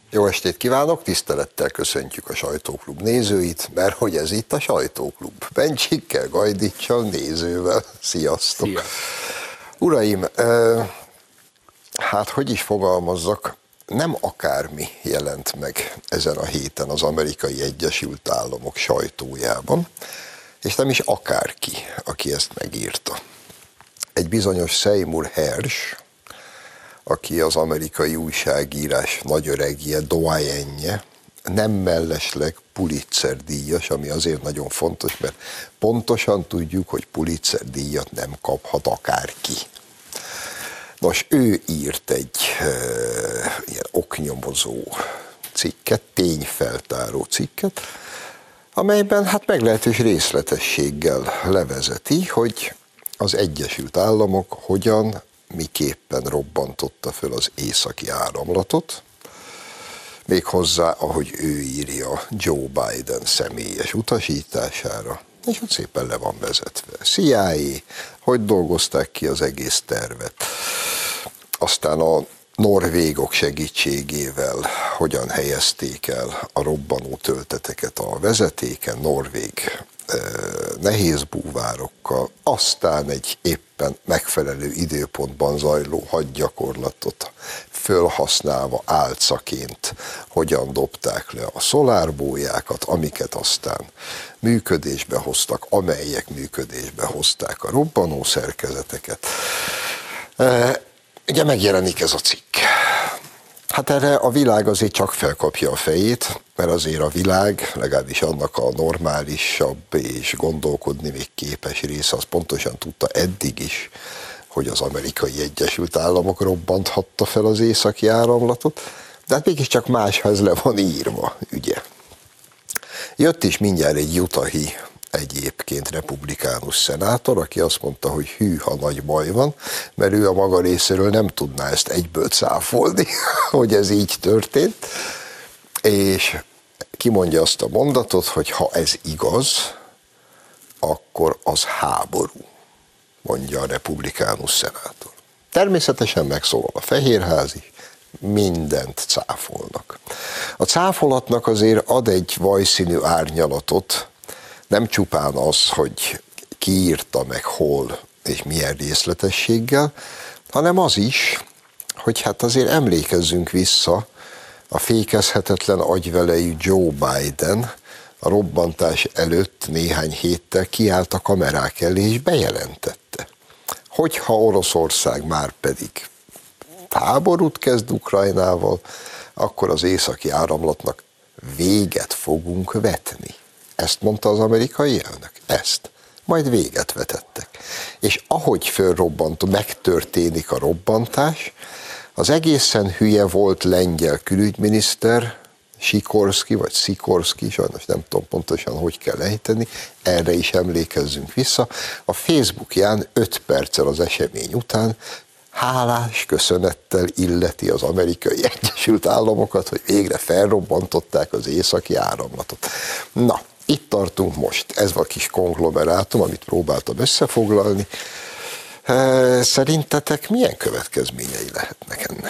Jó estét kívánok, tisztelettel köszöntjük a Sajtóklub nézőit, mert hogy ez itt a Sajtóklub. Bencsikkel, Gajdicsal, nézővel. Sziasztok! Szia. Uraim, hát hogy is fogalmazzak, nem akármi jelent meg ezen a héten az Amerikai Egyesült Államok sajtójában, és nem is akárki, aki ezt megírta. Egy bizonyos Seymour Hersh, aki az amerikai újságírás nagyöregje, doyenje, nem mellesleg Pulitzer-díjas, ami azért nagyon fontos, mert pontosan tudjuk, hogy Pulitzer-díjat nem kaphat akárki. Nos, ő írt egy ilyen oknyomozó cikket, tényfeltáró cikket, amelyben hát meglehetős részletességgel levezeti, hogy az Egyesült Államok hogyan, miképpen robbantotta föl az északi áramlatot, méghozzá, ahogy ő írja, Joe Biden személyes utasítására, és ott szépen le van vezetve. CIA, hogy dolgozták ki az egész tervet. Aztán a norvégok segítségével hogyan helyezték el a robbanó tölteteket a vezetéken, norvég nehéz búvárokkal, aztán egy éppen megfelelő időpontban zajló hadgyakorlatot fölhasználva álcaként hogyan dobták le a szolárbójákat, amiket aztán működésbe hoztak, amelyek működésbe hozták a robbanó szerkezeteket. Ugye megjelenik ez a cikk. Hát erre a világ azért csak felkapja a fejét, mert azért a világ, legalábbis annak a normálisabb és gondolkodni még képes része, az pontosan tudta eddig is, hogy az Amerikai Egyesült Államok robbanthatta fel az északi áramlatot, de hát mégiscsak máshoz le van írva, ugye. Jött is mindjárt egy utahi egyébként republikánus szenátor, aki azt mondta, hogy hűha nagy baj van, mert ő a maga részéről nem tudná ezt egyből cáfolni, hogy ez így történt, és kimondja azt a mondatot, hogy ha ez igaz, akkor az háború, mondja a republikánus szenátor. Természetesen megszólal a Fehérház is, mindent cáfolnak. A cáfolatnak azért ad egy vajszínű árnyalatot, nem csupán az, hogy ki írta meg hol és milyen részletességgel, hanem az is, hogy hát azért emlékezzünk vissza, a fékezhetetlen agyvelejű Joe Biden a robbantás előtt néhány héttel kiállt a kamerák elé és bejelentette, hogyha Oroszország már pedig háborút kezd Ukrajnával, akkor az északi áramlatnak véget fogunk vetni. Ezt mondta az amerikai elnök? Ezt. Majd véget vetettek. És ahogy megtörténik a robbantás, az egészen hülye volt lengyel külügyminiszter, Sikorszky, vagy Szikorszky, sajnos nem tudom pontosan, hogy kell ejteni, erre is emlékezzünk vissza, a Facebookján 5 perccel az esemény után hálás köszönettel illeti az Amerikai Egyesült Államokat, hogy végre felrobbantották az északi áramlatot. Na, itt tartunk most, ez a kis konglomerátum, amit próbáltam összefoglalni. Szerintetek milyen következményei lehetnek ennek?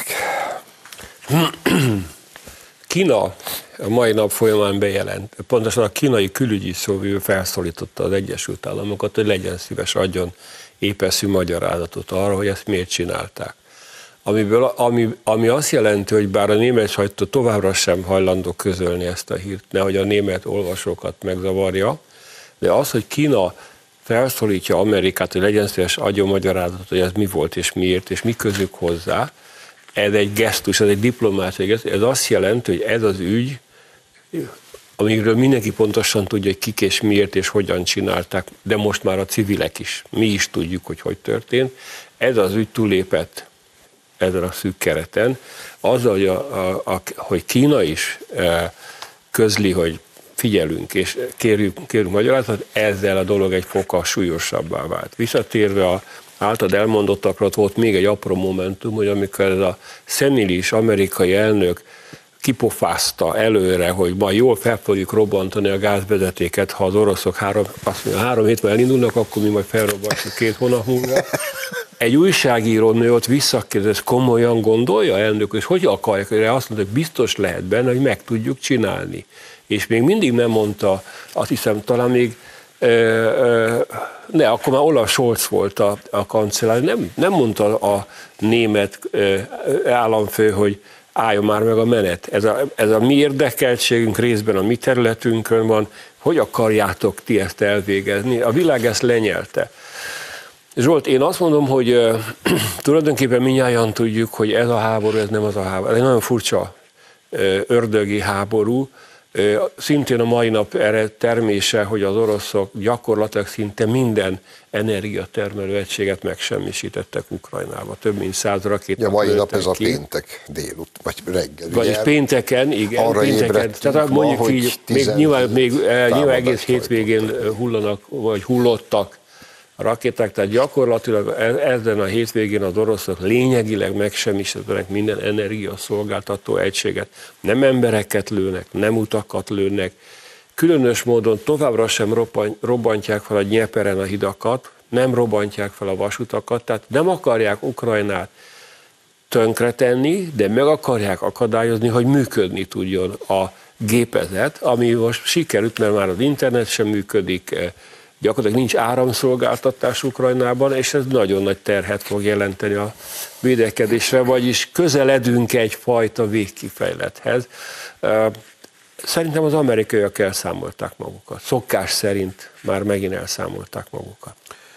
Kína a mai nap folyamán bejelent, pontosan a kínai külügyi szóvivő felszólította az Egyesült Államokat, hogy legyen szíves, adjon épeszű magyarázatot arra, hogy ezt miért csinálták. Ami azt jelenti, hogy bár a német sajtó továbbra sem hajlandó közölni ezt a hírt, nehogy a német olvasókat megzavarja, de az, hogy Kína felszólítja Amerikát, hogy legyen szíves, adjon magyarázatot, hogy ez mi volt és miért, és mi közük hozzá, ez egy gesztus, ez egy diplomáciai gesztus, ez azt jelenti, hogy ez az ügy, amiről mindenki pontosan tudja, hogy kik és miért és hogyan csinálták, de most már a civilek is, mi is tudjuk, hogy történt. Ez az ügy túllépett ezen a szűk kereten. Azzal, hogy Kína is közli, hogy figyelünk és kérünk magyarázatot, ezzel a dolog egy fokkal súlyosabbá vált. Visszatérve a általad elmondottakra, volt még egy apró momentum, hogy amikor ez a szenilis amerikai elnök kipofázta előre, hogy majd jól fel fogjuk robbantani a gázvezetéket, ha az oroszok 3 hét elindulnak, akkor mi majd felrobbantjuk 2 hónap múlva. egy újságíró nő ott visszakérdez, komolyan gondolja elnök, és hogy akarják, hogy azt mondta, hogy biztos lehet benne, hogy meg tudjuk csinálni. És még mindig nem mondta, azt hiszem, talán még akkor már Olaf Scholz volt a kancellár, nem mondta a német államfő, hogy álljon már meg a menet. Ez a mi érdekeltségünk részben a mi területünkön van, hogy akarjátok ti ezt elvégezni? A világ ezt lenyelte. Zsolt, én azt mondom, hogy tulajdonképpen mindnyájan tudjuk, hogy ez a háború, ez nem az a háború. Ez egy nagyon furcsa ördögi háború. Szintén a mai nap erre termése, hogy az oroszok gyakorlatilag szinte minden energiatermelő egységet megsemmisítettek Ukrajnába. Több mint 100 rakétát. A mai nap ez a ki. Péntek délut, vagy reggel. Vagyis pénteken, igen. Arra pénteken. Tehát mondjuk ma, így, nyilván egész hétvégén hullanak, vagy hullottak a rakéták, tehát gyakorlatilag ezen a hétvégén az oroszok lényegileg megsemmisítenek minden energiaszolgáltató egységet. Nem embereket lőnek, nem utakat lőnek, különös módon továbbra sem robbantják fel a Dnyeperen a hidakat, nem robbantják fel a vasutakat, tehát nem akarják Ukrajnát tönkretenni, de meg akarják akadályozni, hogy működni tudjon a gépezet, ami most sikerült, mert már az internet sem működik, gyakorlatilag nincs áramszolgáltatás Ukrajnában, és ez nagyon nagy terhet fog jelenteni a védekezésre, vagyis közeledünk egyfajta végkifejlethez. Szerintem az amerikaiak elszámolták magukat. Szokás szerint már megint elszámolták magukat.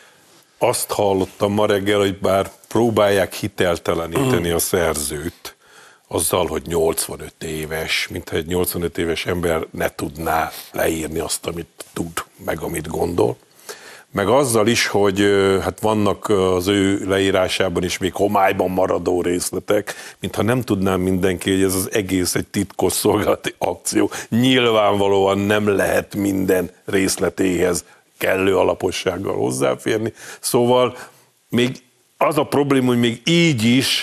Azt hallottam ma reggel, hogy bár próbálják hitelteleníteni a szerzőt, azzal, hogy 85 éves, mintha egy 85 éves ember ne tudná leírni azt, amit tud, meg amit gondol. Meg azzal is, hogy hát vannak az ő leírásában is még homályban maradó részletek, mintha nem tudnám mindenki, hogy ez az egész egy titkos szolgálati akció. Nyilvánvalóan nem lehet minden részletéhez kellő alapossággal hozzáférni. Szóval még az a probléma, hogy még így is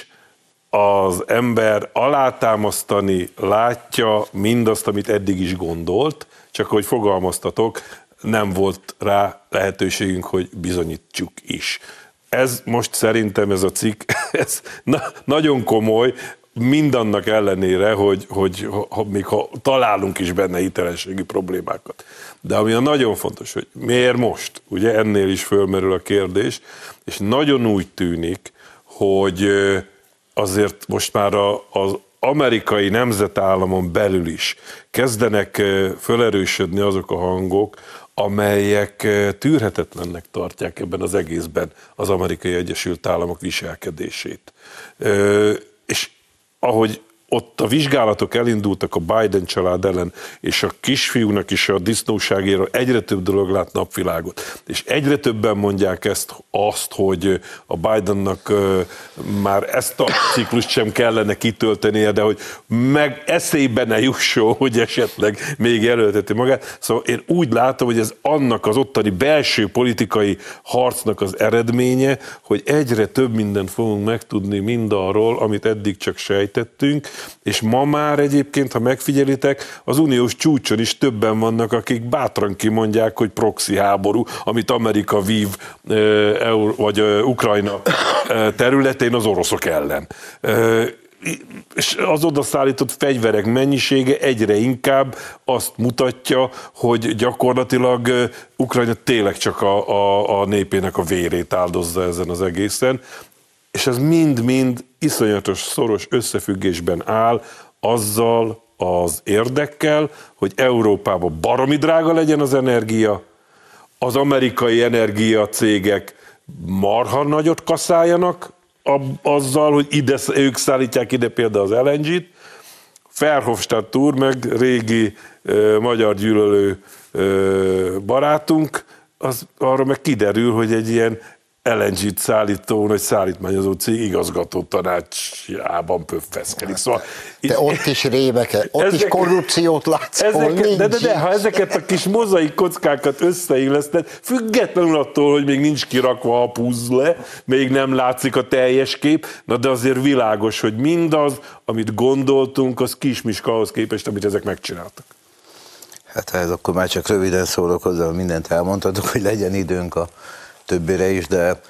az ember alátámasztani látja mindazt, amit eddig is gondolt, csak hogy fogalmaztatok, nem volt rá lehetőségünk, hogy bizonyítsuk is. Ez most szerintem ez a cikk, ez nagyon komoly, mindannak ellenére, hogy még ha találunk is benne hitelességi problémákat. De ami a nagyon fontos, hogy miért most? Ugye ennél is fölmerül a kérdés, és nagyon úgy tűnik, hogy azért most már az amerikai nemzetállamon belül is kezdenek fölerősödni azok a hangok, amelyek tűrhetetlennek tartják ebben az egészben az Amerikai Egyesült Államok viselkedését. És ahogy ott a vizsgálatok elindultak a Biden család ellen, és a kisfiúnak is a disznóságéről egyre több dolog lát napvilágot. És egyre többen mondják azt, hogy a Bidennak már ezt a ciklust sem kellene kitöltenie, de hogy meg eszébe ne jusson, hogy esetleg még jelölteti magát. Szóval én úgy látom, hogy ez annak az ottani belső politikai harcnak az eredménye, hogy egyre több mindent fogunk megtudni mindarról, amit eddig csak sejtettünk, és ma már egyébként, ha megfigyelitek, az uniós csúcson is többen vannak, akik bátran kimondják, hogy proxy háború, amit Amerika vív vagy Ukrajna területén az oroszok ellen. És az odaszállított fegyverek mennyisége egyre inkább azt mutatja, hogy gyakorlatilag Ukrajna tényleg csak a népének a vérét áldozza ezen az egészen. És ez mind-mind iszonyatos szoros összefüggésben áll azzal az érdekkel, hogy Európában baromi drága legyen az energia, az amerikai energiacégek marha nagyot kaszáljanak azzal, hogy ők szállítják ide például az LNG-t, Verhofstadt úr meg régi magyar gyűlölő barátunk, arra meg kiderül, hogy egy ilyen LNG-t szállító, vagy szállítmányozó cég igazgató tanácsában pöffeszkedik. Szóval de ott is rémeke, ott is korrupciót látsz, de ha ezeket a kis mozaik kockákat összeilleszted, függetlenül attól, hogy még nincs kirakva a puzzle, még nem látszik a teljes kép, na de azért világos, hogy mindaz, amit gondoltunk, az kismiska ahhoz képest, amit ezek megcsináltak. Hát ez akkor már csak röviden szólok hozzá, mindent elmondhatok, hogy legyen időnk a többire is, de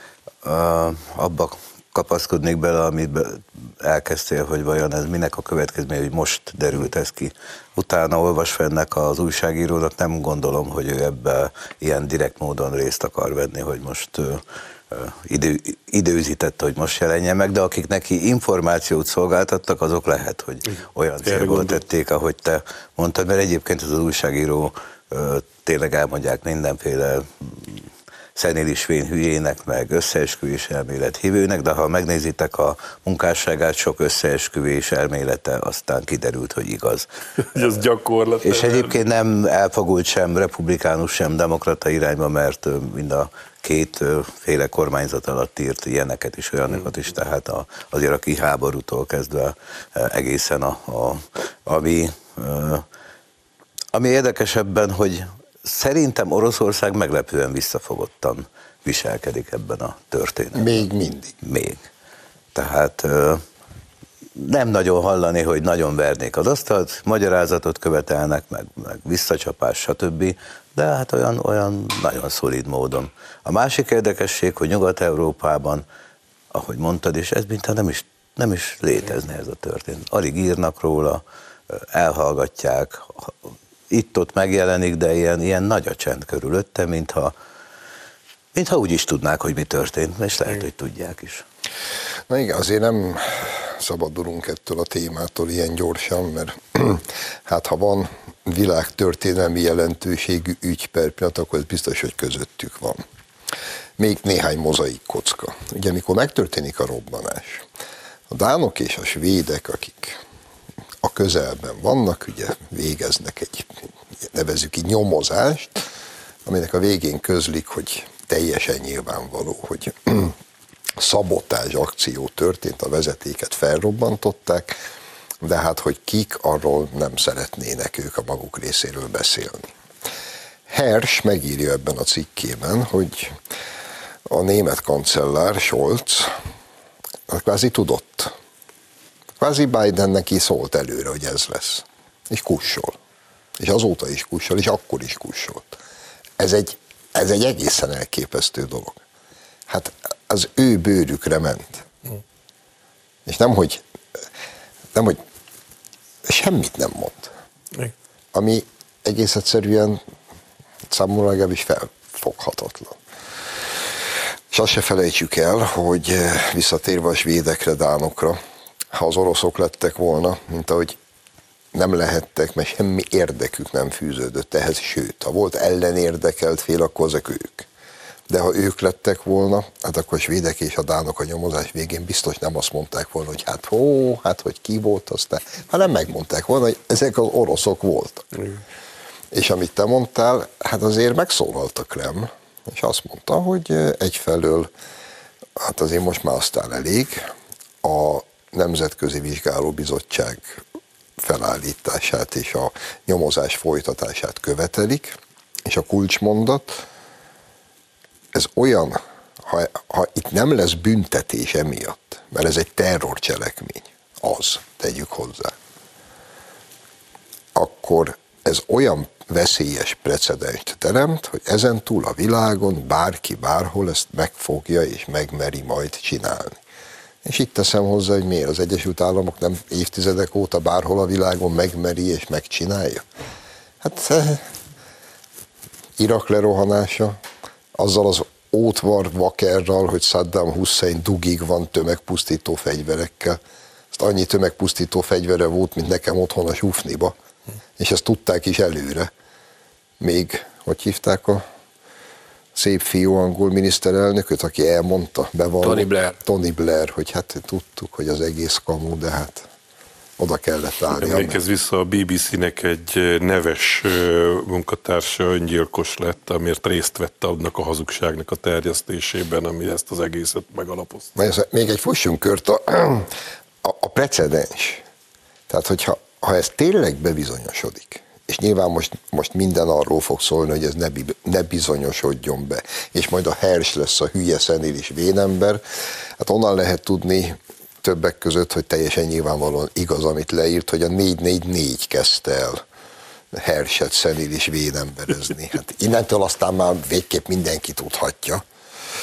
abba kapaszkodnék bele, amit elkezdtél, hogy vajon ez minek a következménye, hogy most derült ez ki. Utána olvasva ennek az újságírónak nem gondolom, hogy ő ebben ilyen direkt módon részt akar venni, hogy most időzítette, hogy most jelenjen meg, de akik neki információt szolgáltattak, azok lehet, hogy olyan célból tették, ahogy te mondtad, mert egyébként az újságíró tényleg elmondják mindenféle szenilis vén hülyének, meg összeesküvés elmélet hívőnek, de ha megnézitek a munkásságát, sok összeesküvés elmélete, aztán kiderült, hogy igaz. Ez gyakorlat. És egyébként nem elfogult sem republikánus, sem demokrata irányba, mert mind a kétféle kormányzat alatt írt ilyeneket is, olyanokat is, tehát az iraki háborútól kezdve egészen ami érdekesebben, hogy szerintem Oroszország meglepően visszafogottan viselkedik ebben a történetben. Még mindig. Még. Tehát nem nagyon hallani, hogy nagyon vernék az asztalt, magyarázatot követelnek, meg visszacsapás, stb., de hát olyan nagyon szolid módon. A másik érdekesség, hogy Nyugat-Európában, ahogy mondtad, és ez mintha nem is létezne ez a történet. Alig írnak róla, elhallgatják, itt-ott megjelenik, de ilyen nagy a csend körülötte, mintha úgy is tudnák, hogy mi történt, és lehet, hogy tudják is. Na igen, azért nem szabadulunk ettől a témától ilyen gyorsan, mert hát ha van világtörténelmi jelentőségű ügy per pillanat, akkor ez biztos, hogy közöttük van. Még néhány mozaik kocka. Ugye amikor megtörténik a robbanás, a dánok és a svédek, akik a közelben vannak, ugye végeznek egy, nevezzük így, nyomozást, aminek a végén közlik, hogy teljesen nyilvánvaló, hogy szabotázs akció történt, a vezetéket felrobbantották, de hát, hogy kik, arról nem szeretnének ők a maguk részéről beszélni. Hersch megírja ebben a cikkében, hogy a német kancellár Scholz kvázi tudott. Kvázi Bidennek is szólt előre, hogy ez lesz. És kussol. És azóta is kussol, és akkor is kussolt. Ez egy egészen elképesztő dolog. Hát az ő bőrükre ment. És nem, hogy semmit nem mond. Ami egész egyszerűen számomra legalábbis felfoghatatlan. És azt se felejtsük el, hogy visszatérve a svédekre, dánokra, ha az oroszok lettek volna, mint ahogy nem lehettek, mert semmi érdekük nem fűződött ehhez, sőt, ha volt ellenérdekelt fél, akkor azok ők. De ha ők lettek volna, hát akkor a svédek és a dánok a nyomozás végén biztos nem azt mondták volna, hogy hát hogy ki volt aztán, hanem megmondták volna, hogy ezek az oroszok voltak. És amit te mondtál, hát azért megszólalt a Kreml, és azt mondta, hogy egyfelől, hát azért most már aztán elég, a Nemzetközi Vizsgálóbizottság felállítását és a nyomozás folytatását követelik, és a kulcsmondat, ez olyan, ha itt nem lesz büntetés emiatt, mert ez egy terrorcselekmény, tegyük hozzá, akkor ez olyan veszélyes precedenst teremt, hogy ezentúl a világon bárki bárhol ezt megfogja és megmeri majd csinálni. És itt teszem hozzá, hogy miért az Egyesült Államok nem évtizedek óta bárhol a világon megmeri és megcsinálja. Hát Irak lerohanása, azzal az ótvar vakerral, hogy Saddam Hussein dugig van tömegpusztító fegyverekkel. Ezt annyi tömegpusztító fegyvere volt, mint nekem otthon a Sufniba. És ezt tudták is előre. Még, hogy hívták a szép fiú angol miniszterelnököt, aki elmondta, bevallott. Tony Blair, hogy hát tudtuk, hogy az egész kamu, de hát oda kellett állni. Emlékezz vissza, a BBC-nek egy neves munkatársa öngyilkos lett, amiért részt vett annak a hazugságnak a terjesztésében, ami ezt az egészet megalapozta. Még egy fussunk kört, a precedens. Tehát, hogyha ez tényleg bebizonyosodik, és nyilván most minden arról fog szólni, hogy ez ne bizonyosodjon be, és majd a Hersch lesz a hülye szenilis vénember, hát onnan lehet tudni többek között, hogy teljesen nyilvánvalóan igaz, amit leírt, hogy a 444 kezdte el Herschet szenilis vénemberezni. Hát innentől aztán már végképp mindenki tudhatja.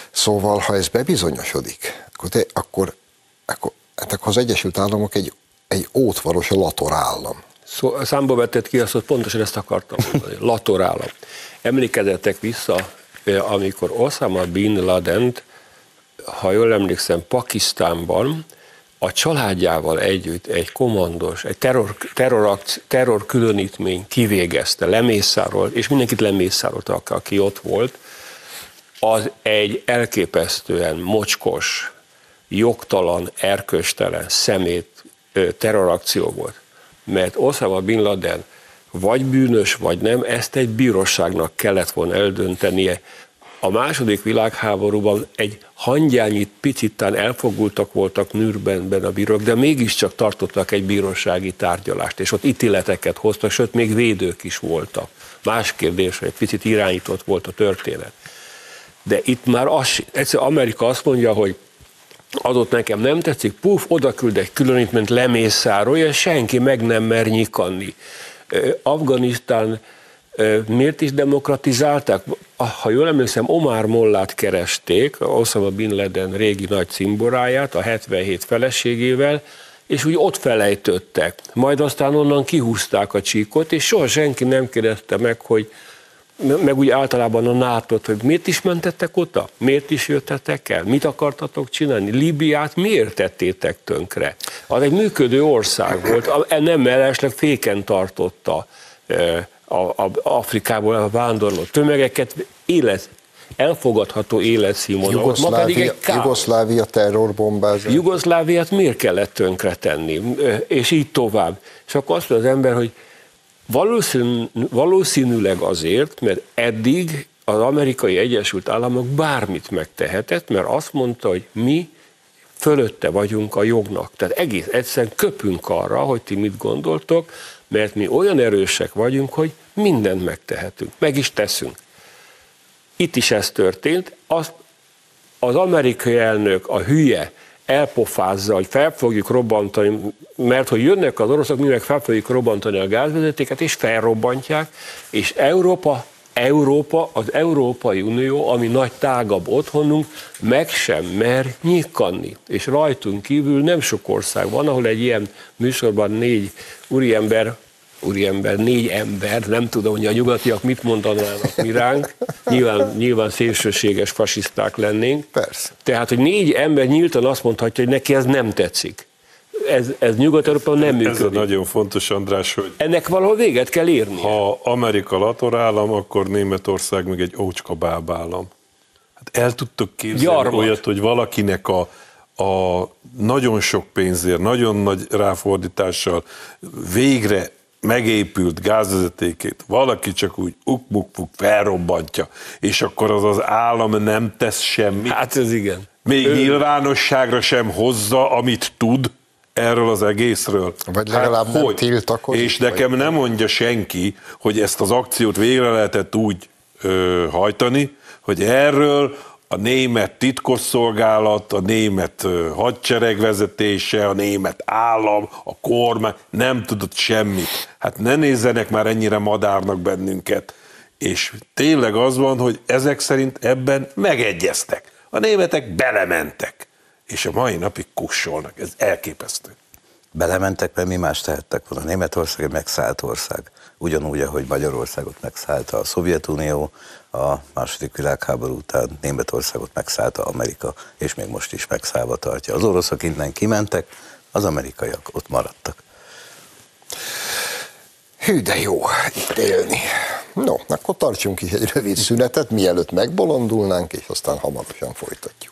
Szóval, ha ez bebizonyosodik, akkor az Egyesült Államok egy ótvaros latorállam. Számba vetted ki azt, hogy pontosan ezt akartam mondani. Latorállam. Emlékezzetek vissza, amikor Osama Bin Ladent, ha jól emlékszem, Pakisztánban a családjával együtt egy komandos, egy terrorkülönítmény kivégezte, lemészárolt, és mindenkit lemészárolt, aki ott volt, az egy elképesztően mocskos, jogtalan, erkölcstelen, szemét terrorakció volt. Mert Osama Bin Laden vagy bűnös, vagy nem, ezt egy bíróságnak kellett volna eldöntenie. A második világháborúban egy hangyányit picitán elfogultak voltak Nürnbergben a bírók, de mégiscsak tartottak egy bírósági tárgyalást, és ott ítéleteket hoztak, sőt, még védők is voltak. Más kérdés, hogy egy picit irányított volt a történet. De itt már egyszer Amerika azt mondja, hogy adott nekem nem tetszik, oda küld egy különítményt, lemészárolja, senki meg nem mer nyikanni. Afganisztán miért is demokratizálták? Ha jól emlékszem, Omar Mollát keresték, Osama Bin Laden régi nagy cimboráját, a 77 feleségével, és úgy ott felejtöttek. Majd aztán onnan kihúzták a csíkot, és soha senki nem kérdezte meg, hogy meg úgy általában a NATO-t, hogy miért is mentettek oda? Miért is jöttetek el? Mit akartatok csinálni? Líbiát miért tettétek tönkre? Az egy működő ország volt, nem mellesleg féken tartotta Afrikából a vándorló tömegeket, elfogadható életszínvonalon. Jugoszlávia terrorbombázás. Jugoszláviát miért kellett tönkretenni? És így tovább. És akkor azt mondja az ember, hogy valószínűleg azért, mert eddig az Amerikai Egyesült Államok bármit megtehetett, mert azt mondta, hogy mi fölötte vagyunk a jognak. Tehát egész egyszerűen köpünk arra, hogy ti mit gondoltok, mert mi olyan erősek vagyunk, hogy mindent megtehetünk, meg is teszünk. Itt is ez történt. Az amerikai elnök, a hülye, elpofázza, hogy fel fogjuk robbantani, mert hogy jönnek az oroszok, mi meg fel fogjuk robbantani a gázvezetéket, és felrobbantják, és Európa, az Európai Unió, ami nagy tágabb otthonunk, meg sem mer nyikanni. És rajtunk kívül nem sok ország van, ahol egy ilyen műsorban 4 négy ember, nem tudom, hogy a nyugatiak mit mondanának mi ránk, nyilván szélsőséges fasiszták lennénk. Persze. Tehát, hogy 4 ember nyíltan azt mondhatja, hogy neki ez nem tetszik. Ez Nyugat-Európában nem működik. Ez nagyon fontos, András, hogy ennek valahol véget kell érni. Ha Amerika latorállam, akkor Németország meg egy ócska bábállam. Hát el tudtok képzelni olyat, hogy valakinek a nagyon sok pénzért, nagyon nagy ráfordítással végre megépült gázvezetékét valaki csak úgy ukmukfuk felrobbantja, és akkor az állam nem tesz semmit. Hát ez igen. Még nyilvánosságra sem hozza, amit tud erről az egészről. Vagy legalább nem tiltakozik. És nekem nem mondja senki, hogy ezt az akciót végre lehetett úgy hajtani, hogy erről a német titkosszolgálat, a német hadsereg vezetése, a német állam, a kormány nem tudott semmit. Hát ne nézzenek már ennyire madárnak bennünket. És tényleg az van, hogy ezek szerint ebben megegyeztek. A németek belementek. És a mai napig kussolnak. Ez elképesztő. Belementek, mert mi más tehettek volna. Németország egy megszállt ország. Ugyanúgy, ahogy Magyarországot megszállta a Szovjetunió, a második világháború után Németországot megszállta Amerika, és még most is megszállva tartja. Az oroszok innen kimentek, az amerikaiak ott maradtak. Hű, de jó itt élni. No, akkor tartsunk is egy rövid szünetet, mielőtt megbolondulnánk, és aztán hamarosan folytatjuk.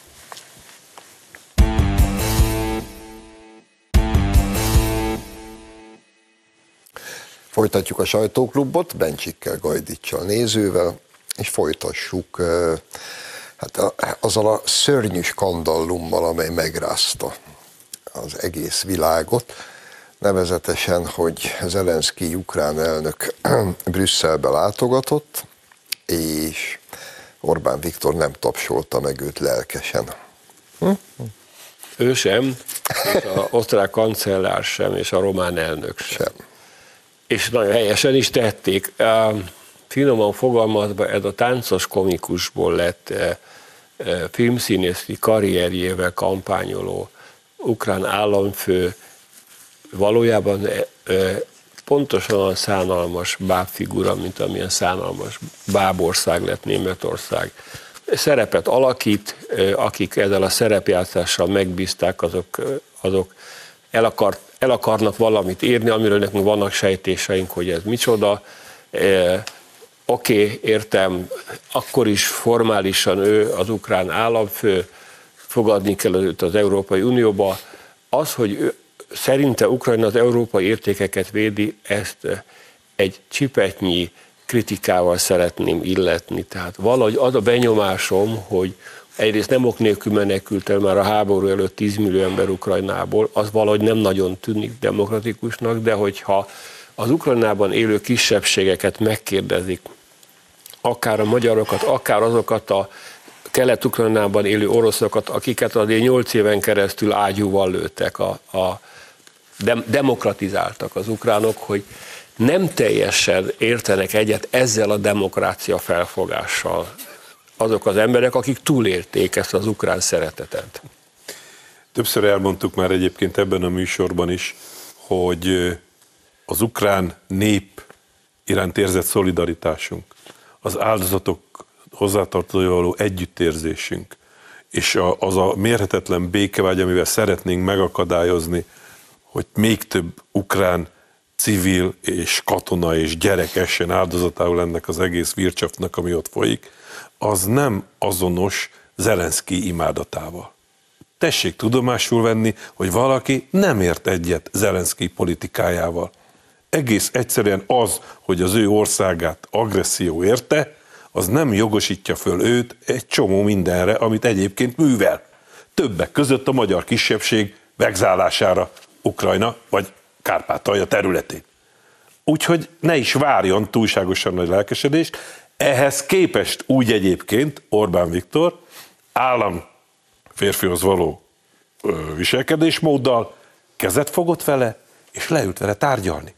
Folytatjuk a sajtóklubot, Bencsikkel, Gajdicsal, Nézővel, és folytassuk azzal a szörnyű skandallummal, amely megrázta az egész világot. Nevezetesen, hogy Zelenszkij ukrán elnök Brüsszelbe látogatott, és Orbán Viktor nem tapsolta meg őt lelkesen. Ő sem, és az osztrák kancellár sem, és a román elnök sem. És nagyon helyesen is tették. Finoman fogalmazva, ez a táncos komikusból lett filmszínészi karrierjével kampányoló ukrán államfő valójában pontosan olyan szánalmas bábfigura, mint amilyen szánalmas bábország lett Németország. Szerepet alakít, akik ezzel a szerepjátszással megbízták, azok el akarnak valamit írni, amiről nekünk vannak sejtéseink, hogy ez micsoda. Oké, értem, akkor is formálisan ő az ukrán államfő, fogadni kell őt az Európai Unióba. Az, hogy ő, szerinte Ukrajna az európai értékeket védi, ezt egy csipetnyi kritikával szeretném illetni. Tehát valahogy az a benyomásom, hogy egyrészt nem ok nélkül menekült el már a háború előtt 10 millió ember Ukrajnából, az valahogy nem nagyon tűnik demokratikusnak, de hogyha az Ukrajnában élő kisebbségeket megkérdezik, akár a magyarokat, akár azokat a Kelet-Ukrajnában élő oroszokat, akiket azért 8 éven keresztül ágyúval lőttek, demokratizáltak az ukránok, hogy nem teljesen értenek egyet ezzel a demokrácia felfogással azok az emberek, akik túlélték ezt az ukrán szeretetet. Többször elmondtuk már egyébként ebben a műsorban is, hogy az ukrán nép iránt érzett szolidaritásunk, az áldozatok hozzátartozóval való együttérzésünk, és az a mérhetetlen békevágy, amivel szeretnénk megakadályozni, hogy még több ukrán civil és katona és gyerek essen áldozatául ennek az egész vircsafnak, ami ott folyik, az nem azonos Zelenszkij imádatával. Tessék tudomásul venni, hogy valaki nem ért egyet Zelenszkij politikájával. Egész egyszerűen az, hogy az ő országát agresszió érte, az nem jogosítja föl őt egy csomó mindenre, amit egyébként művel. Többek között a magyar kisebbség vegzálására Ukrajna vagy Kárpátalja területén. Úgyhogy ne is várjon túlságosan nagy lelkesedést. Ehhez képest úgy egyébként Orbán Viktor állam férfihoz való viselkedésmóddal kezet fogott vele, és leült vele tárgyalni.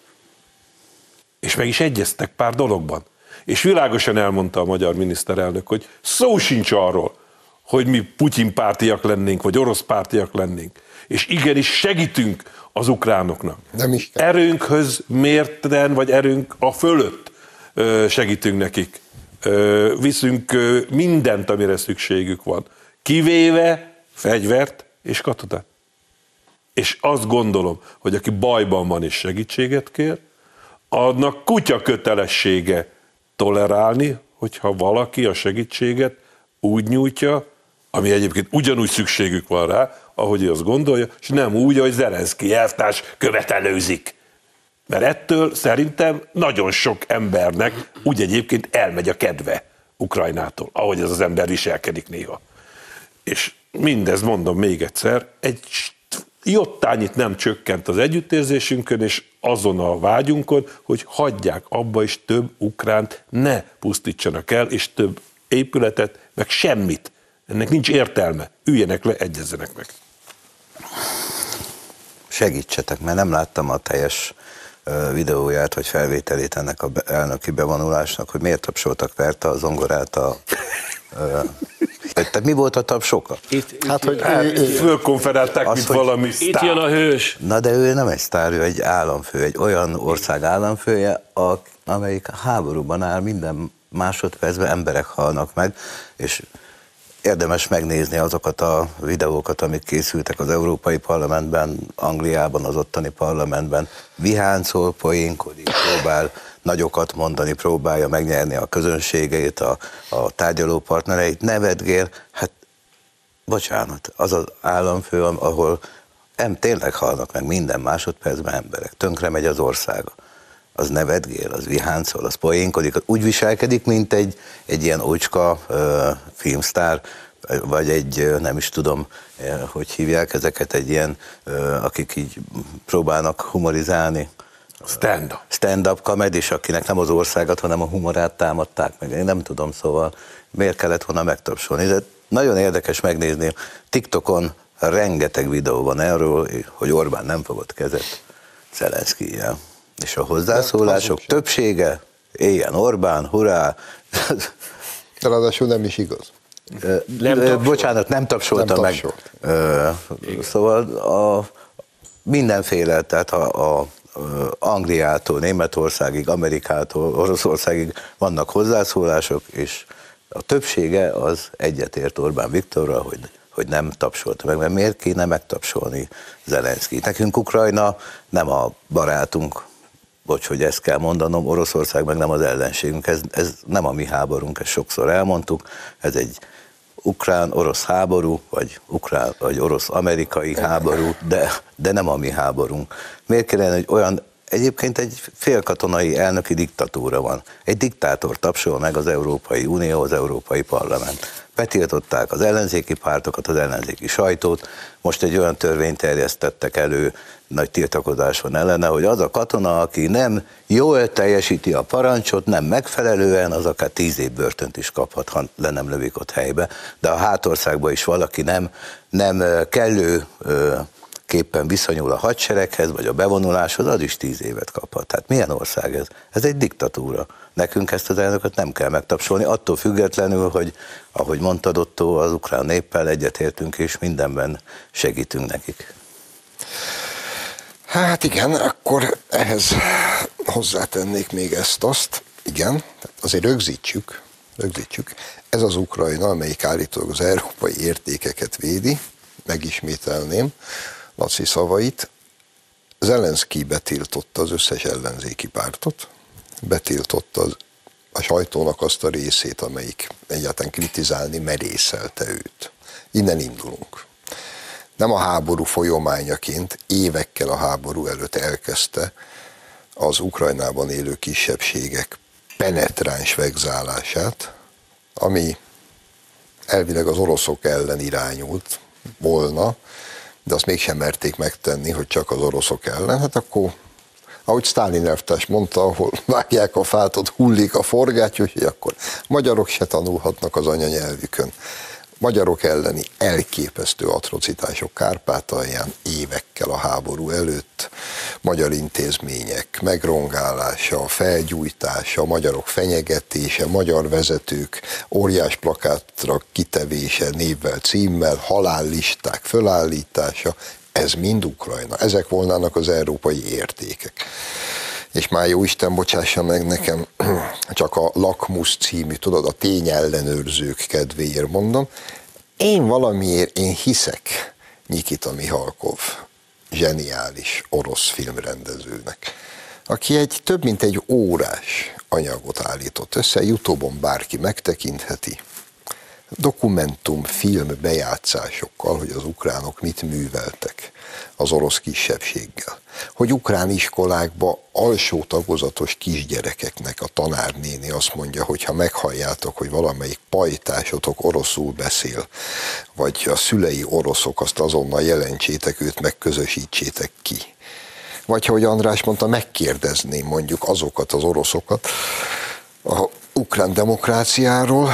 És meg is egyeztek pár dologban. És világosan elmondta a magyar miniszterelnök, hogy szó sincs arról, hogy mi Putyin pártiak lennénk, vagy orosz pártiak lennénk. És igenis segítünk az ukránoknak. Nem is kell. Erőnkhöz mérten, vagy erőnk a fölött segítünk nekik. Viszünk mindent, amire szükségük van. Kivéve fegyvert és katonát. És azt gondolom, hogy aki bajban van és segítséget kér, annak kutya kötelessége tolerálni, hogyha valaki a segítséget úgy nyújtja, ami egyébként ugyanúgy szükségük van rá, ahogy ő azt gondolja, és nem úgy, hogy Zelenszkij elvtárs követelőzik. Mert ettől szerintem nagyon sok embernek úgy egyébként elmegy a kedve Ukrajnától, ahogy ez az ember viselkedik néha. És mindez, mondom még egyszer, egy jottányit nem csökkent az együttérzésünkön, és azon a vágyunkon, hogy hagyják abba, és több ukránt ne pusztítsanak el, és több épületet, meg semmit. Ennek nincs értelme. Üljenek le, egyezzenek meg. Segítsetek, mert nem láttam a teljes videóját, vagy felvételét ennek a elnöki bevonulásnak, hogy miért tapsoltak verte a zongorát tehát mi volt a taps oka? Fölkonferálták, mint valami sztár. Itt jön a hős. Na de ő nem egy sztár, ő egy államfő, egy olyan ország államfője, amelyik háborúban áll, minden másodpercben emberek halnak meg, és érdemes megnézni azokat a videókat, amik készültek az Európai Parlamentben, Angliában, az ottani parlamentben. Viháncol, poénkodik, próbál nagyokat mondani, próbálja megnyerni a közönségeit, a tárgyaló partnereit, nevetgél. Hát, bocsánat, az az államfő, ahol tényleg halnak meg minden másodpercben emberek. Tönkre megy az országa. Az nevetgél, az viháncol, az poénkodik, úgy viselkedik, mint egy ilyen ócska filmsztár, vagy egy, nem is tudom, hogy hívják ezeket, egy ilyen, akik így próbálnak humorizálni. Stand-up comedis, akinek nem az országot, hanem a humorát támadták meg. Én nem tudom, szóval miért kellett volna megtapsolni. De nagyon érdekes megnézni. TikTokon rengeteg videó van erről, hogy Orbán nem fogott kezet Zelenszkijjel. És a hozzászólások többsége, éljen Orbán, hurrá! De ráadásul nem is igaz. Bocsánat, nem tapsolta meg. Szóval mindenféle, tehát a Angliától, Németországig, Amerikától, Oroszországig vannak hozzászólások, és a többsége az egyetért Orbán Viktorral, hogy nem tapsolta meg, mert miért kéne megtapsolni Zelenszkijt? Nekünk Ukrajna nem a barátunk, bocs, hogy ezt kell mondanom, Oroszország meg nem az ellenségünk, ez nem a mi háborunk, ezt sokszor elmondtuk, ez egy ukrán-orosz háború, vagy orosz-amerikai háború, de nem a mi háborunk. Miért kellene, hogy olyan, egyébként egy félkatonai elnöki diktatúra van. Egy diktátor tapsol meg az Európai Unió, az Európai Parlament. Betiltották az ellenzéki pártokat, az ellenzéki sajtót, most egy olyan törvényt terjesztettek elő, nagy tiltakozás van ellene, hogy az a katona, aki nem jól teljesíti a parancsot, nem megfelelően, az akár 10 év börtönt is kaphat, ha le nem lövik ott helybe, de a hátországban is valaki nem kellőképpen viszonyul a hadsereghez, vagy a bevonuláshoz, az is 10 évet kaphat. Tehát milyen ország ez? Ez egy diktatúra. Nekünk ezt az elnököt nem kell megtapsolni, attól függetlenül, hogy ahogy mondtad Otto, az ukrán néppel egyetértünk, és mindenben segítünk nekik. Hát igen, akkor ehhez hozzátennék még ezt-azt. Igen, azért rögzítsük. Ez az Ukrajna, amelyik állítólag az európai értékeket védi, megismételném Laci szavait. Zelenszkij betiltotta az összes ellenzéki pártot, betiltotta a sajtónak azt a részét, amelyik egyáltalán kritizálni merészelte őt. Innen indulunk. Nem a háború folyamányaként, évekkel a háború előtt elkezdte az Ukrajnában élő kisebbségek penetráns vegzálását, ami elvileg az oroszok ellen irányult volna, de azt mégsem merték megtenni, hogy csak az oroszok ellen. Hát akkor, ahogy Sztálin elvtárs mondta, ahol vágják a fát, ott hullik a forgáty, úgyhogy akkor magyarok se tanulhatnak az anyanyelvükön. Magyarok elleni elképesztő atrocitások Kárpátalján évekkel a háború előtt, magyar intézmények megrongálása, felgyújtása, magyarok fenyegetése, magyar vezetők óriás plakátra kitevése névvel, címmel, halállisták fölállítása, ez mind Ukrajna. Ezek volnának az európai értékek. És már jó Isten bocsássa meg nekem, csak a Lakmus című, tudod, a tényellenőrzők kedvéért mondom, én hiszek Nikita Mihalkov zseniális orosz filmrendezőnek, aki több mint egy órás anyagot állított össze, YouTube-on bárki megtekintheti, dokumentumfilm bejátszásokkal, hogy az ukránok mit műveltek az orosz kisebbséggel. Hogy ukrán iskolákba alsó tagozatos kisgyerekeknek a tanárnéni azt mondja, hogy ha meghalljátok, hogy valamelyik pajtásotok oroszul beszél, vagy a szülei oroszok, azt azonnal jelentsétek őt, megközösítsétek ki. Vagy ahogy András mondta, megkérdezném mondjuk azokat az oroszokat a ukrán demokráciáról,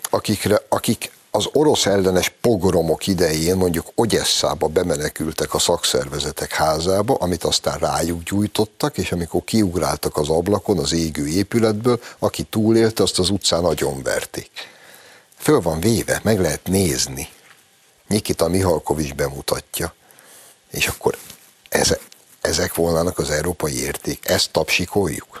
akik az orosz ellenes pogromok idején mondjuk Ogyesszába bemenekültek a szakszervezetek házába, amit aztán rájuk gyújtottak, és amikor kiugráltak az ablakon az égő épületből, aki túlélte, azt az utcán agyonverték. Föl van véve, meg lehet nézni. Nikita Mihalkov is bemutatja. És akkor ezek volnának az európai érték. Ezt tapsikoljuk.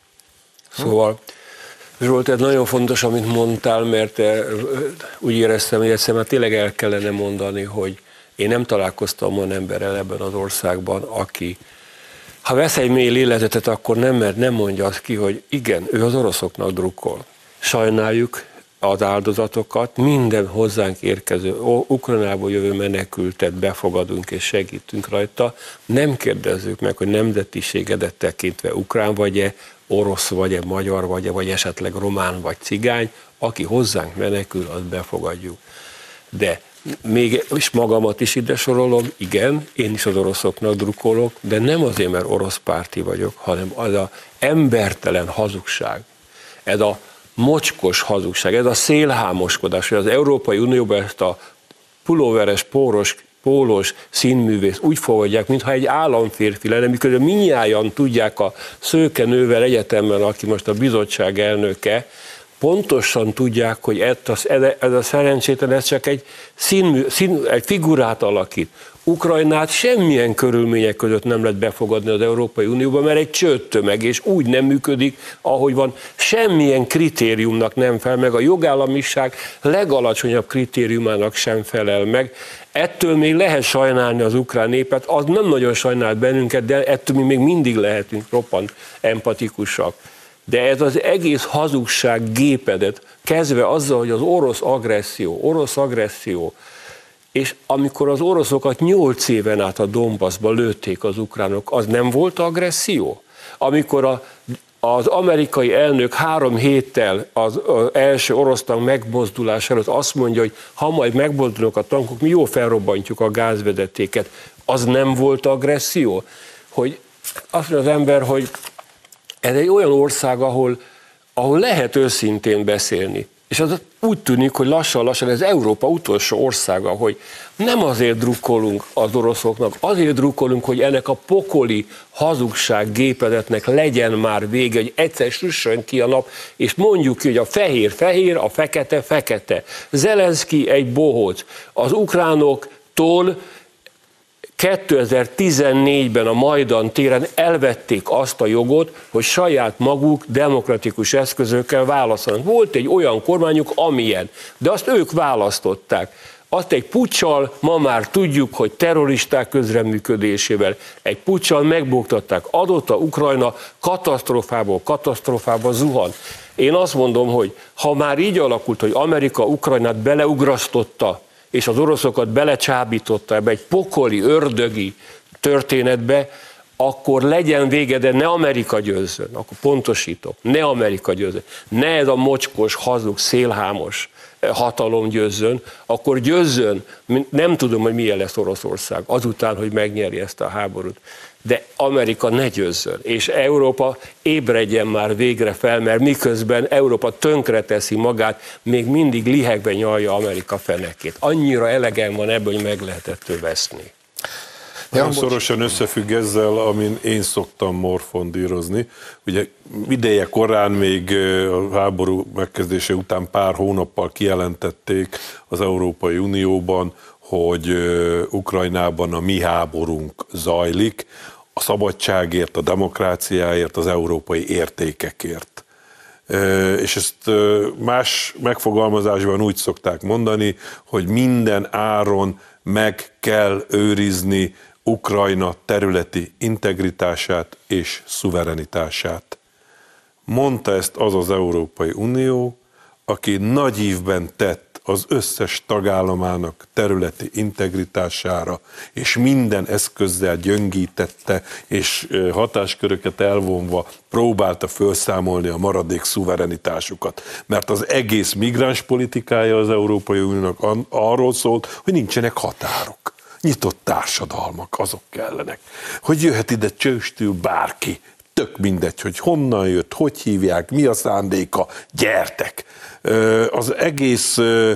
Szóval Zsolt, ez nagyon fontos, amit mondtál, mert úgy éreztem, hogy egyszer már tényleg el kellene mondani, hogy én nem találkoztam olyan emberrel ebben az országban, aki, ha vesz egy mély lélezetet, akkor nem mondja azt ki, hogy igen, ő az oroszoknak drukkol. Sajnáljuk az áldozatokat, minden hozzánk érkező, Ukrajnából jövő menekültet befogadunk és segítünk rajta. Nem kérdezzük meg, hogy nemzetiségedet tekintve ukrán vagy-e, orosz vagy-e, magyar vagy-e, vagy esetleg román vagy cigány, aki hozzánk menekül, azt befogadjuk. De még is magamat is ide sorolom, igen, én is az oroszoknak drukkolok, de nem azért, mert orosz párti vagyok, hanem az a embertelen hazugság, ez a mocskos hazugság, ez a szélhámoskodás, hogy az Európai Unióban ezt a pulóveres, pólós színművész úgy fogadják, mintha egy államférfi lenne, miközben mindnyájan tudják a szőke nővel egyetemben, aki most a bizottság elnöke, pontosan tudják, hogy ez a szerencsétlen, ez csak egy figurát alakít. Ukrajnát semmilyen körülmények között nem lehet befogadni az Európai Unióba, mert egy csődtömeg, és úgy nem működik, ahogy van. Semmilyen kritériumnak nem felel meg, a jogállamiság legalacsonyabb kritériumának sem felel meg. Ettől még lehet sajnálni az ukrán népet, az nem nagyon sajnál bennünket, de ettől mi még mindig lehetünk roppant empatikusak. De ez az egész hazugság gépedet, kezdve azzal, hogy az orosz agresszió, és amikor az oroszokat 8 éven át a Donbassba lőtték az ukránok, az nem volt agresszió? Amikor az amerikai elnök 3 héttel az első orosz tank megmozdulás előtt azt mondja, hogy ha majd megmozdulnak a tankok, mi jó felrobbantjuk a gázvezetéket, az nem volt agresszió? Hogy azt mondja az ember, hogy ez egy olyan ország, ahol lehet őszintén beszélni. És az úgy tűnik, hogy lassan ez Európa utolsó országa, hogy nem azért drukkolunk az oroszoknak, azért drukkolunk, hogy ennek a pokoli hazugság gépezetnek legyen már vége, hogy egyszer süssön ki a nap, és mondjuk ki, hogy a fehér, a fekete. Zelenszky egy bohóc. Az ukránoktól 2014-ben a Majdan téren elvették azt a jogot, hogy saját maguk demokratikus eszközökkel válaszolnak. Volt egy olyan kormányuk, amilyen, de azt ők választották. Azt egy puccsal, ma már tudjuk, hogy terroristák közreműködésével egy puccsal megbuktatták. Adott a Ukrajna katasztrofába zuhan. Én azt mondom, hogy ha már így alakult, hogy Amerika Ukrajnát beleugrasztotta, és az oroszokat belecsábította ebbe egy pokoli, ördögi történetbe, akkor legyen vége, de ne Amerika győzzön. Akkor pontosítom, ne Amerika győzzön. Ne ez a mocskos, hazug, szélhámos hatalom győzzön, akkor győzzön, nem tudom, hogy milyen lesz Oroszország azután, hogy megnyeri ezt a háborút. De Amerika ne győzzön, és Európa ébredjen már végre fel, mert miközben Európa tönkreteszi magát, még mindig lihegve nyalja Amerika fenekét. Annyira elegem van ebből, hogy meg lehetett veszni. Nagyon szorosan összefügg ezzel, amin én szoktam morfondírozni. Ugye ideje korán, még a háború megkezdése után pár hónappal kijelentették az Európai Unióban, hogy Ukrajnában a mi háborunk zajlik, a szabadságért, a demokráciáért, az európai értékekért. És ezt más megfogalmazásban úgy szokták mondani, hogy minden áron meg kell őrizni Ukrajna területi integritását és szuverenitását. Mondta ezt az az Európai Unió, aki nagy ívben tett az összes tagállamának területi integritására, és minden eszközzel gyöngítette, és hatásköröket elvonva próbálta felszámolni a maradék szuverenitásukat. Mert az egész migráns politikája az Európai Uniónak arról szólt, hogy nincsenek határok. Nyitott társadalmak, azok kellenek. Hogy jöhet ide csőstül bárki, tök mindegy, hogy honnan jött, hogy hívják, mi a szándéka, gyertek. Az egész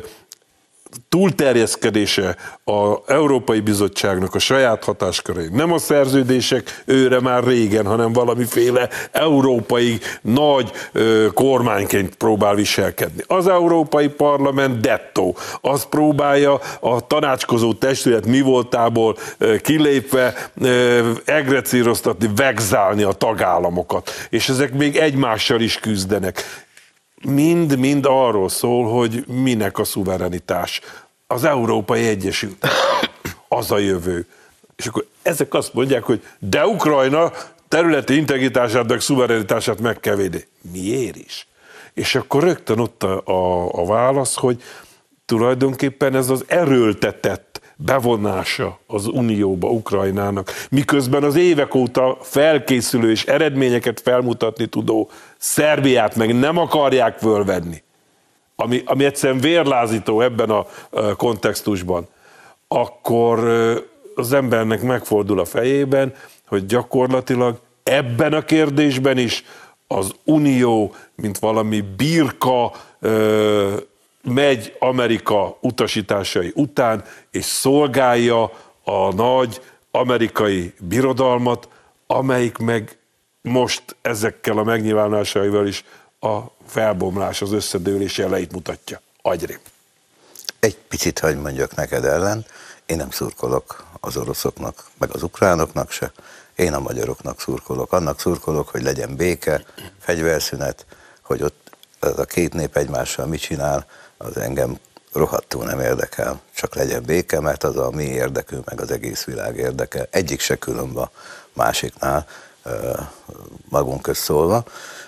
túlterjeszkedése az Európai Bizottságnak a saját hatáskörei. Nem a szerződések őre már régen, hanem valamiféle európai nagy kormányként próbál viselkedni. Az Európai Parlament dettó. Az próbálja a tanácskozó testület mi voltából kilépve egrecíroztatni, vegzálni a tagállamokat. És ezek még egymással is küzdenek. Mind arról szól, hogy minek a szuverenitás. Az Európai Egyesült, az a jövő. És akkor ezek azt mondják, hogy de Ukrajna területi integritását, meg szuverenitását meg kell védeni. Miért is? És akkor rögtön ott a válasz, hogy tulajdonképpen ez az erőltetett bevonása az Unióba Ukrajnának, miközben az évek óta felkészülő és eredményeket felmutatni tudó Szerbiát meg nem akarják fölvenni, ami egyszerűen vérlázító ebben a kontextusban, akkor az embernek megfordul a fejében, hogy gyakorlatilag ebben a kérdésben is az Unió, mint valami birka, megy Amerika utasításai után, és szolgálja a nagy amerikai birodalmat, amelyik meg most ezekkel a megnyilvánulásaival is a felbomlás, az összedőlés jeleit mutatja. Agyrém. Egy picit hagy mondjak neked ellen, én nem szurkolok az oroszoknak, meg az ukránoknak se, én a magyaroknak szurkolok. Annak szurkolok, hogy legyen béke, fegyverszünet, hogy ott ez a két nép egymással mit csinál, az engem rohadtul nem érdekel, csak legyen béke, mert az a mi érdekünk, meg az egész világ érdeke. Egyik se különb a másiknál, magunk közt szólva,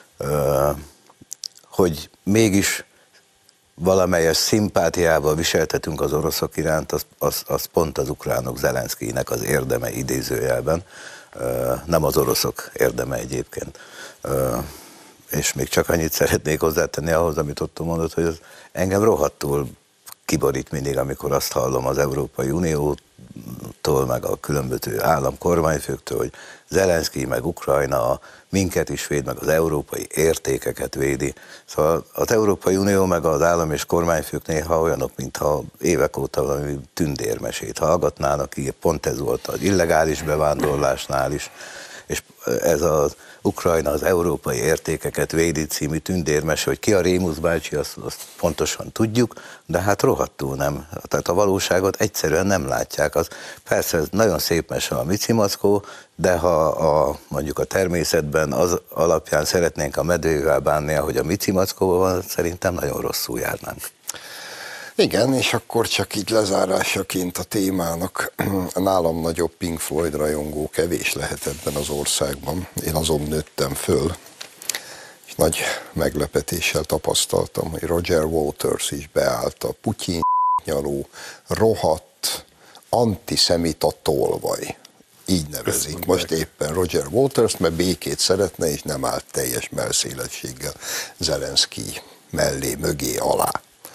hogy mégis valamelyes szimpátiával viseltetünk az oroszok iránt, az pont az ukránok, Zelenszkijnek az érdeme idézőjelben, nem az oroszok érdeme egyébként. És még csak annyit szeretnék hozzátenni ahhoz, amit Otto mondott, hogy az engem rohadtul kiborít mindig, amikor azt hallom az Európai Uniótól, meg a különböző államkormányfőktől, hogy Zelenszkij meg Ukrajna minket is véd, meg az európai értékeket védi. Szóval az Európai Unió meg az állam és kormányfők néha olyanok, mintha évek óta valami tündérmesét hallgatnának, pont ez volt az illegális bevándorlásnál is, és ez az Ukrajna az európai értékeket védi című tündérmese, hogy ki a Rémusz bácsi, azt pontosan tudjuk, de hát rohadtul nem. Tehát a valóságot egyszerűen nem látják. Az, persze ez nagyon szép mese a Micimackó, de ha mondjuk a természetben az alapján szeretnénk a medvével bánni, ahogy a Micimackóban van, szerintem nagyon rosszul járnánk. Igen, és akkor csak így lezárásaként a témának, nálam nagyobb Pink Floyd rajongó kevés lehet ebben az országban. Én azon nőttem föl, és nagy meglepetéssel tapasztaltam, hogy Roger Waters is beállt a Putyin nyaló, rohadt, antiszemita tolvaj. Így nevezik most éppen Roger Waters, mert békét szeretne, és nem állt teljes mellszélességgel Zelenszkij mellé, mögé, alá.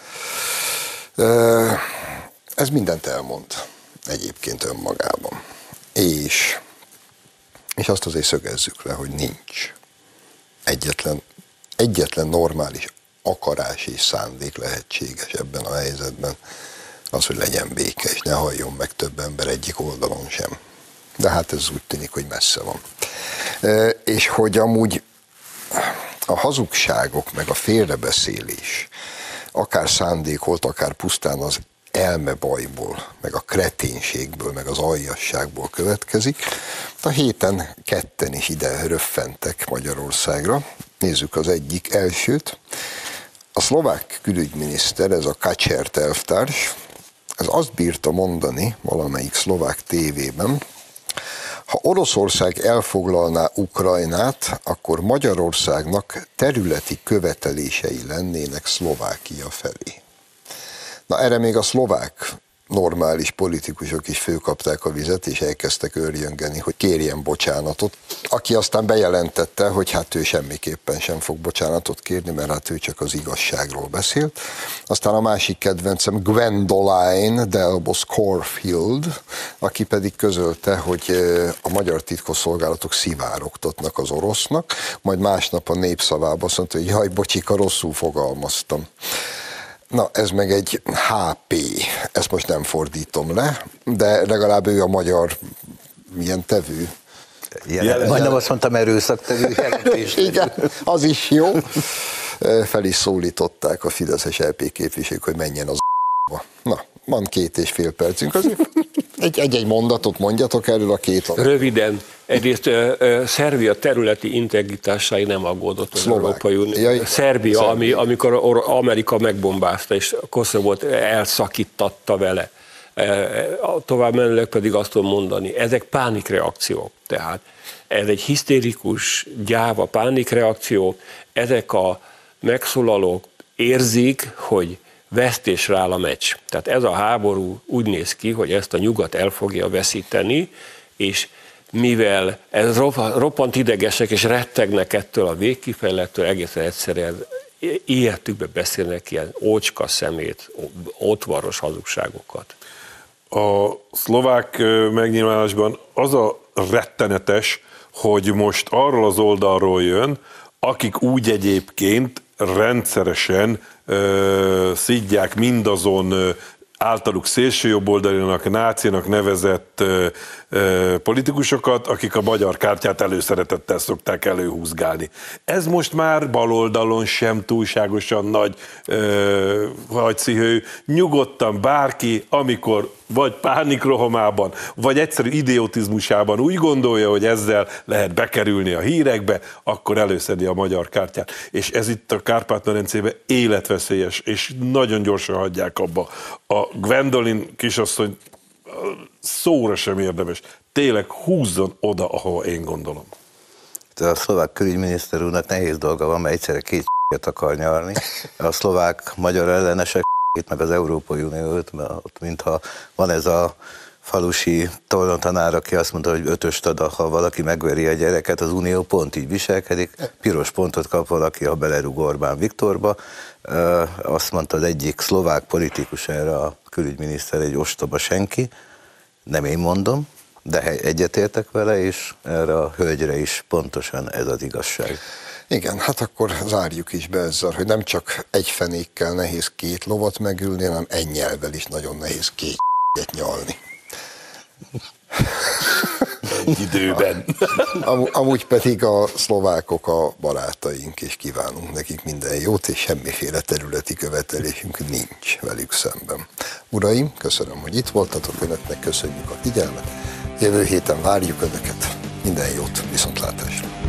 Ez mindent elmond egyébként önmagában. És azt azért szögezzük le, hogy nincs egyetlen normális akarás és szándék lehetséges ebben a helyzetben, az, hogy legyen béke, és ne halljon meg több ember egyik oldalon sem. De hát ez úgy tűnik, hogy messze van. És hogy amúgy a hazugságok, meg a félrebeszélés, akár szándékolt, akár pusztán az elmebajból, meg a kreténségből, meg az aljasságból következik. A héten ketten is ide röffentek Magyarországra. Nézzük az egyik elsőt. A szlovák külügyminiszter, ez a Kacser elvtárs, ez azt bírta mondani valamelyik szlovák tévében, ha Oroszország elfoglalná Ukrajnát, akkor Magyarországnak területi követelései lennének Szlovákia felé. Na erre még a szlovák normális politikusok is fölkapták a vizet, és elkezdtek őrjöngeni, hogy kérjen bocsánatot. Aki aztán bejelentette, hogy hát ő semmiképpen sem fog bocsánatot kérni, mert hát ő csak az igazságról beszélt. Aztán a másik kedvencem Gwendoline Delbos Corfield, aki pedig közölte, hogy a magyar titkosszolgálatok szivárogtatnak az orosznak, majd másnap a Népszavában azt mondta, hogy jaj, bocsika, rosszul fogalmaztam. Na, ez meg egy HP, ezt most nem fordítom le, de legalább ő a magyar milyen tevő. Majdnem azt mondtam, erőszaktevő jelentés. Igen, az is jó. Fel is szólították a fideszes LP képviselők, hogy menjen az a**ba. Na, van 2,5 percünk, azért egy mondatot mondjatok erről a két alap. Röviden, egyrészt Szerbia területi integritásai nem aggódott az Európai Unió. Szerbia, amikor Amerika megbombázta, és Koszovót elszakítatta vele. Tovább menőleg pedig azt tudom mondani, ezek pánikreakciók. Tehát ez egy hisztérikus, gyáva pánikreakció. Ezek a megszólalók érzik, hogy vesztésre áll a meccs. Tehát ez a háború úgy néz ki, hogy ezt a nyugat el fogja veszíteni, és mivel ez roppant idegesek és rettegnek ettől a végkifejlettől, egészen egyszerűen életükbe beszélnek ilyen ócska szemét, ótvaros hazugságokat. A szlovák megnyilvánulásban az a rettenetes, hogy most arról az oldalról jön, akik úgy egyébként rendszeresen szidják mindazon általuk szélsőjobboldalinak, nácinak nevezett politikusokat, akik a magyar kártyát előszeretettel szokták előhúzgálni. Ez most már baloldalon sem túlságosan nagy hajcihő, nyugodtan bárki, amikor vagy pánikrohamában, vagy egyszerű idiotizmusában úgy gondolja, hogy ezzel lehet bekerülni a hírekbe, akkor előszedi a magyar kártyát. És ez itt a Kárpát-medencében életveszélyes, és nagyon gyorsan hagyják abba. A Gwendolyn kisasszony szóra sem érdemes. Tényleg húzzon oda, ahova én gondolom. A szlovák külügyminiszter úrnak nehéz dolga van, mert egyszerre két akar nyarni. A szlovák-magyar ellenesek meg az Európai Uniót, mert ott mintha van ez a falusi tornatanár, aki azt mondta, hogy 5-öst ad, ha valaki megveri a gyereket, az Unió pont így viselkedik, piros pontot kap valaki, ha belerúg Orbán Viktorba. Azt mondta az egyik szlovák politikus erre a külügyminiszter, egy ostoba senki, nem én mondom, de egyetértek vele, és erre a hölgyre is pontosan ez az igazság. Igen, hát akkor zárjuk is be ezzel, hogy nem csak egy fenékkel nehéz két lovat megülni, hanem egy nyelvvel is nagyon nehéz két nyalni. Egy időben. Amúgy pedig a szlovákok a barátaink, és kívánunk nekik minden jót, és semmiféle területi követelésünk nincs velük szemben. Uraim, köszönöm, hogy itt voltatok, önöknek köszönjük a figyelmet. Jövő héten várjuk önöket. Minden jót, viszontlátásra!